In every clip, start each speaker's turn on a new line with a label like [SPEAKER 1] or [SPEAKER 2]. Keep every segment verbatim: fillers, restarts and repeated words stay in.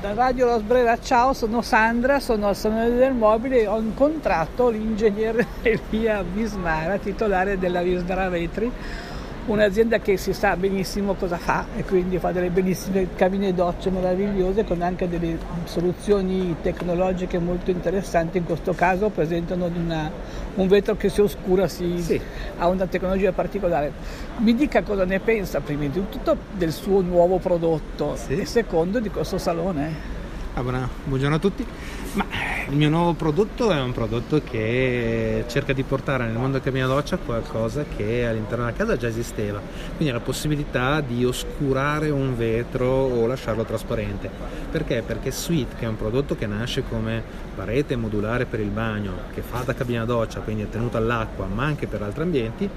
[SPEAKER 1] da Radio Rosbrera, ciao, sono Sandra, sono al Salone del Mobile e ho incontrato l'ingegnere Elia Visnara, titolare della Visnara Vetri, un'azienda che si sa benissimo cosa fa e quindi fa delle bellissime cabine docce meravigliose con anche delle soluzioni tecnologiche molto interessanti. In questo caso presentano una, un vetro che si oscura, si,
[SPEAKER 2] sì.
[SPEAKER 1] ha una tecnologia particolare. Mi dica cosa ne pensa, prima di tutto del suo nuovo prodotto, sì. E secondo di questo salone.
[SPEAKER 2] Ah, buona, buongiorno a tutti. Ma il mio nuovo prodotto è un prodotto che cerca di portare nel mondo del cabina doccia qualcosa che all'interno della casa già esisteva, quindi la possibilità di oscurare un vetro o lasciarlo trasparente. Perché? Perché Suite, che è un prodotto che nasce come parete modulare per il bagno, che fa da cabina doccia, quindi è tenuta all'acqua, ma anche per altri ambienti,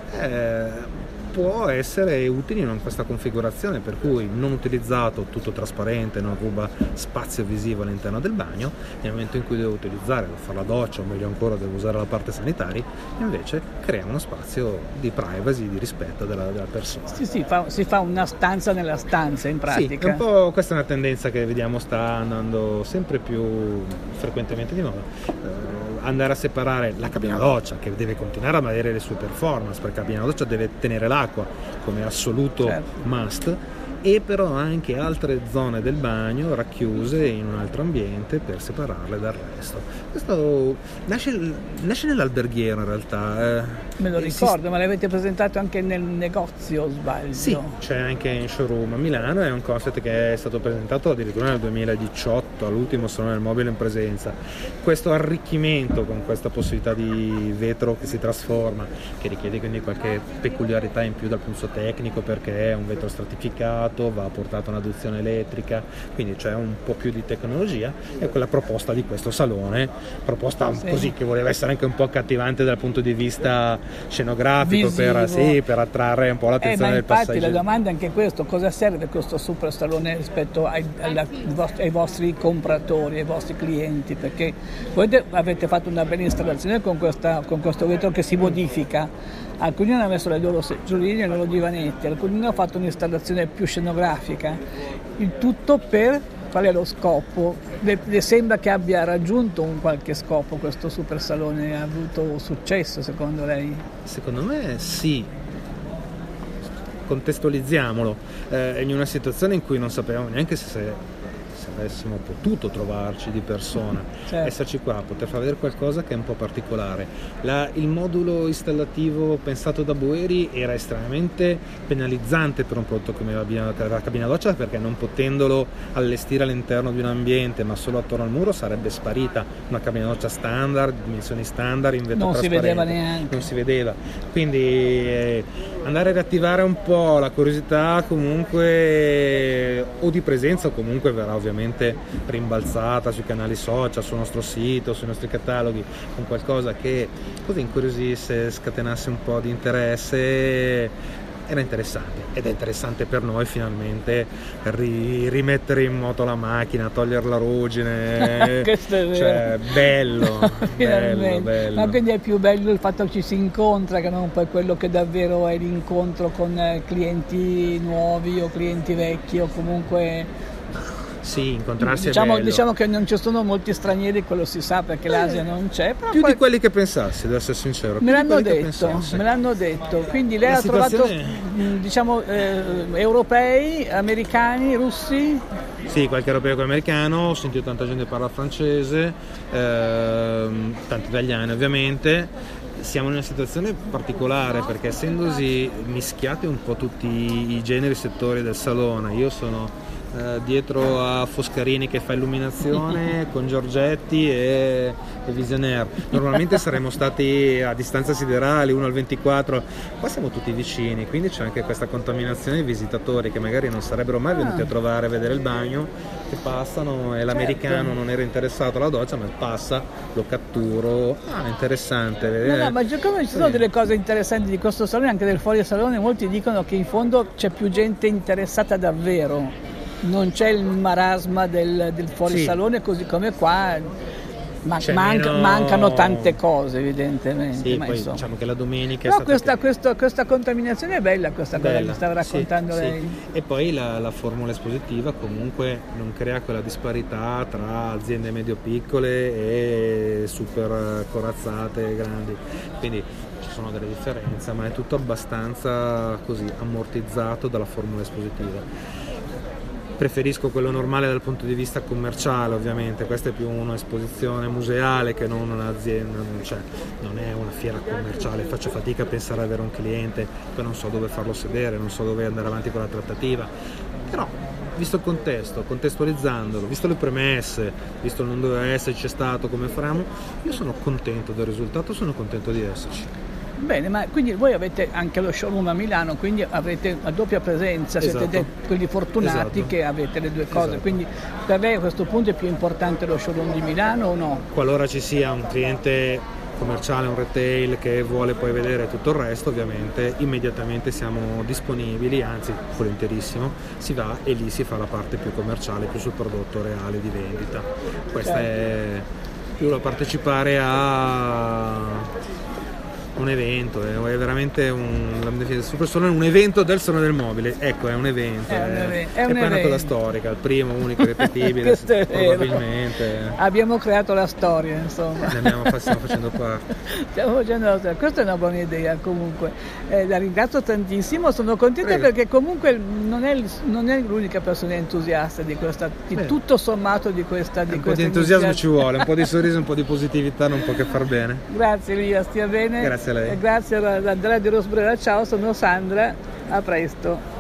[SPEAKER 2] eh, può essere utile in questa configurazione, per cui non utilizzato, tutto trasparente, non ruba spazio visivo all'interno del bagno. Nel momento in cui devo utilizzare, devo fare la doccia o meglio ancora devo usare la parte sanitaria, invece crea uno spazio di privacy, di rispetto della, della persona.
[SPEAKER 1] Sì, sì, fa, si fa una stanza nella stanza in pratica.
[SPEAKER 2] Sì, un po' questa è una tendenza che vediamo sta andando sempre più frequentemente di moda. Andare a separare la cabina doccia, che deve continuare a avere le sue performance, perché la cabina doccia deve tenere l'acqua come assoluto certo. must, e però anche altre zone del bagno racchiuse in un altro ambiente per separarle dal resto. Questo nasce, nasce nell'alberghiero in realtà. Eh,
[SPEAKER 1] Me lo ricordo, si... ma l'avete presentato anche nel negozio, sbaglio?
[SPEAKER 2] Sì, c'è anche in showroom a Milano, è un concept che è stato presentato addirittura nel duemiladiciotto all'ultimo Salone del Mobile in presenza. Questo arricchimento con questa possibilità di vetro che si trasforma, che richiede quindi qualche peculiarità in più dal punto tecnico, perché è un vetro stratificato, va portato un'adduzione elettrica, quindi c'è un po' più di tecnologia, e quella proposta di questo salone, proposta sì. così che voleva essere anche un po' accattivante dal punto di vista scenografico, per, sì, per attrarre un po' l'attenzione
[SPEAKER 1] eh,
[SPEAKER 2] del passaggero.
[SPEAKER 1] Infatti la domanda è anche questo: cosa serve questo super salone rispetto ai, alla, ai vostri compratori, ai vostri clienti? Perché voi avete fatto una bella installazione con, questa, con questo vetro che si modifica. Alcuni hanno messo le loro seggioline e i loro divanetti, alcuni hanno fatto un'installazione più scenografica, il tutto per qual è lo scopo? Le, le sembra che abbia raggiunto un qualche scopo questo super salone? Ha avuto successo secondo lei?
[SPEAKER 2] Secondo me sì. Contestualizziamolo, eh, in una situazione in cui non sapevamo neanche se, se avessimo potuto trovarci di persona, certo. esserci qua, poter far vedere qualcosa che è un po' particolare. La, il modulo installativo pensato da Boeri era estremamente penalizzante per un prodotto come la, la cabina doccia, perché non potendolo allestire all'interno di un ambiente ma solo attorno al muro sarebbe sparita una cabina doccia standard, dimensioni standard, in vetro
[SPEAKER 1] non
[SPEAKER 2] trasparente.
[SPEAKER 1] Si vedeva neanche.
[SPEAKER 2] Non si vedeva, quindi eh, andare a riattivare un po' la curiosità comunque, o di presenza o comunque verrà ovviamente rimbalzata sui canali social, sul nostro sito, sui nostri cataloghi, con qualcosa che così incuriosisse, scatenasse un po' di interesse. Era interessante, ed è interessante per noi finalmente ri- rimettere in moto la macchina, togliere la ruggine.
[SPEAKER 1] Questo è vero.
[SPEAKER 2] Cioè, bello, bello, bello.
[SPEAKER 1] Ma quindi è più bello il fatto che ci si incontra, che non poi quello che davvero è l'incontro con clienti nuovi o clienti vecchi, o comunque.
[SPEAKER 2] Sì, incontrarsi
[SPEAKER 1] diciamo,
[SPEAKER 2] è bello.
[SPEAKER 1] Diciamo che non ci sono molti stranieri, quello si sa, perché eh, l'Asia non c'è. Però
[SPEAKER 2] più
[SPEAKER 1] poi...
[SPEAKER 2] di quelli che pensassi, devo essere sincero.
[SPEAKER 1] Me l'hanno detto, me l'hanno detto. Quindi lei
[SPEAKER 2] La
[SPEAKER 1] ha
[SPEAKER 2] situazione...
[SPEAKER 1] trovato, diciamo, eh, europei, americani, russi?
[SPEAKER 2] Sì, qualche europeo e americano, ho sentito tanta gente parla francese, ehm, tanti italiani ovviamente. Siamo in una situazione particolare perché essendosi mischiati un po' tutti i generi e settori del salone, io sono eh, dietro a Foscarini che fa illuminazione con Giorgetti e, e Visionaire. Normalmente saremmo stati a distanza siderali, uno al ventiquattro, qua siamo tutti vicini, quindi c'è anche questa contaminazione di visitatori che magari non sarebbero mai venuti a trovare a vedere il bagno, che passano e l'americano certo. non era interessato alla doccia, ma passa, lo catturo, ah, interessante.
[SPEAKER 1] No, no, ma siccome ci sono delle cose interessanti di questo salone, anche del fuori salone, molti dicono che in fondo c'è più gente interessata davvero, non c'è il marasma del, del fuori
[SPEAKER 2] sì.
[SPEAKER 1] salone, così come qua Ma, manca,
[SPEAKER 2] meno...
[SPEAKER 1] mancano tante cose evidentemente.
[SPEAKER 2] Sì,
[SPEAKER 1] ma
[SPEAKER 2] poi
[SPEAKER 1] insomma.
[SPEAKER 2] diciamo che la domenica
[SPEAKER 1] no,
[SPEAKER 2] è stata
[SPEAKER 1] questa,
[SPEAKER 2] che...
[SPEAKER 1] questa, questa contaminazione è bella, questa
[SPEAKER 2] bella.
[SPEAKER 1] cosa che stava raccontando
[SPEAKER 2] sì,
[SPEAKER 1] lei.
[SPEAKER 2] Sì. E poi la, la formula espositiva comunque non crea quella disparità tra aziende medio-piccole e super corazzate grandi, quindi ci sono delle differenze, ma è tutto abbastanza così ammortizzato dalla formula espositiva. Preferisco quello normale dal punto di vista commerciale, ovviamente, questa è più un'esposizione museale che non un'azienda, cioè non è una fiera commerciale, faccio fatica a pensare ad avere un cliente, poi non so dove farlo sedere, non so dove andare avanti con la trattativa, però visto il contesto, contestualizzandolo, visto le premesse, visto non doveva esserci stato come faremo, io sono contento del risultato, sono contento di esserci.
[SPEAKER 1] Bene, ma quindi voi avete anche lo showroom a Milano, quindi avrete una doppia presenza,
[SPEAKER 2] esatto.
[SPEAKER 1] Siete de- quelli fortunati
[SPEAKER 2] esatto.
[SPEAKER 1] che avete le due cose,
[SPEAKER 2] esatto.
[SPEAKER 1] Quindi per lei a questo punto è più importante lo showroom di Milano o no?
[SPEAKER 2] Qualora ci sia un cliente commerciale, un retail che vuole poi vedere tutto il resto, ovviamente immediatamente siamo disponibili, anzi volentierissimo, si va e lì si fa la parte più commerciale, più sul prodotto reale di vendita. Questa certo. è più la partecipare a un evento, è veramente un Super Salone, un evento del Salone del Mobile, ecco, è un evento,
[SPEAKER 1] è, un
[SPEAKER 2] è,
[SPEAKER 1] evento,
[SPEAKER 2] è,
[SPEAKER 1] è
[SPEAKER 2] poi
[SPEAKER 1] un
[SPEAKER 2] una cosa storica, il primo, unico, ripetibile, probabilmente.
[SPEAKER 1] Abbiamo creato la storia, insomma.
[SPEAKER 2] Ne abbiamo, stiamo facendo parte.
[SPEAKER 1] Stiamo facendo la storia. Questa è una buona idea comunque. Eh, la ringrazio tantissimo, sono contenta Prego. Perché comunque non è, non è l'unica persona entusiasta di questa, di Beh. tutto sommato di questa di
[SPEAKER 2] Un
[SPEAKER 1] questa
[SPEAKER 2] po' di entusiasmo iniziativa. Ci vuole, un po' di sorriso, un po' di positività non può che far bene.
[SPEAKER 1] Grazie Lia, stia bene.
[SPEAKER 2] Grazie a lei.
[SPEAKER 1] E grazie ad Andrea di Rosbrera, ciao, sono Sandra, a presto.